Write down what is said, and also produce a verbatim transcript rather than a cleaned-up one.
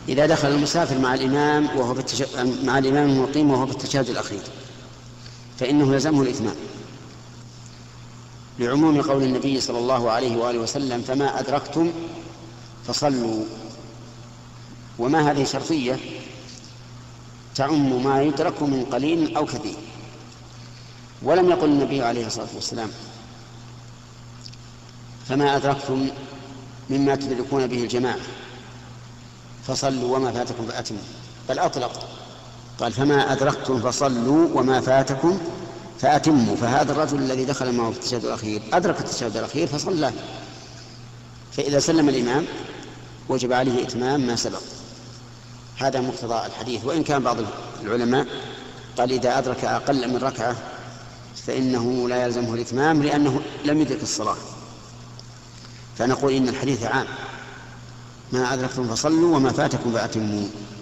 إذا دخل المسافر مع الإمام وهو بالتش... مع الإمام المقيم وهو في التشهد الأخير فإنه يلزمه الإتمام، لعموم قول النبي صلى الله عليه وآله وسلم: فما أدركتم فصلوا. وما هذه شرطية تعم ما يدرك من قليل أو كثير. ولم يقل النبي عليه الصلاة والسلام: فما أدركتم مما تدركون به الجماعة فصلوا وما فاتكم فأتموا، بل أطلق قال: فما أدركتم فصلوا وما فاتكم فأتموا. فهذا الرجل الذي دخل معه في التشهد الأخير أدرك التشهد الأخير فصلى، فإذا سلم الإمام وجب عليه إتمام ما سبق. هذا مقتضى الحديث. وإن كان بعض العلماء قال: إذا أدرك أقل من ركعة فإنه لا يلزمه الإتمام لأنه لم يدرك الصلاة. فنقول إن الحديث عام: ما أدركتم فصلوا وما فاتكم فأتموا.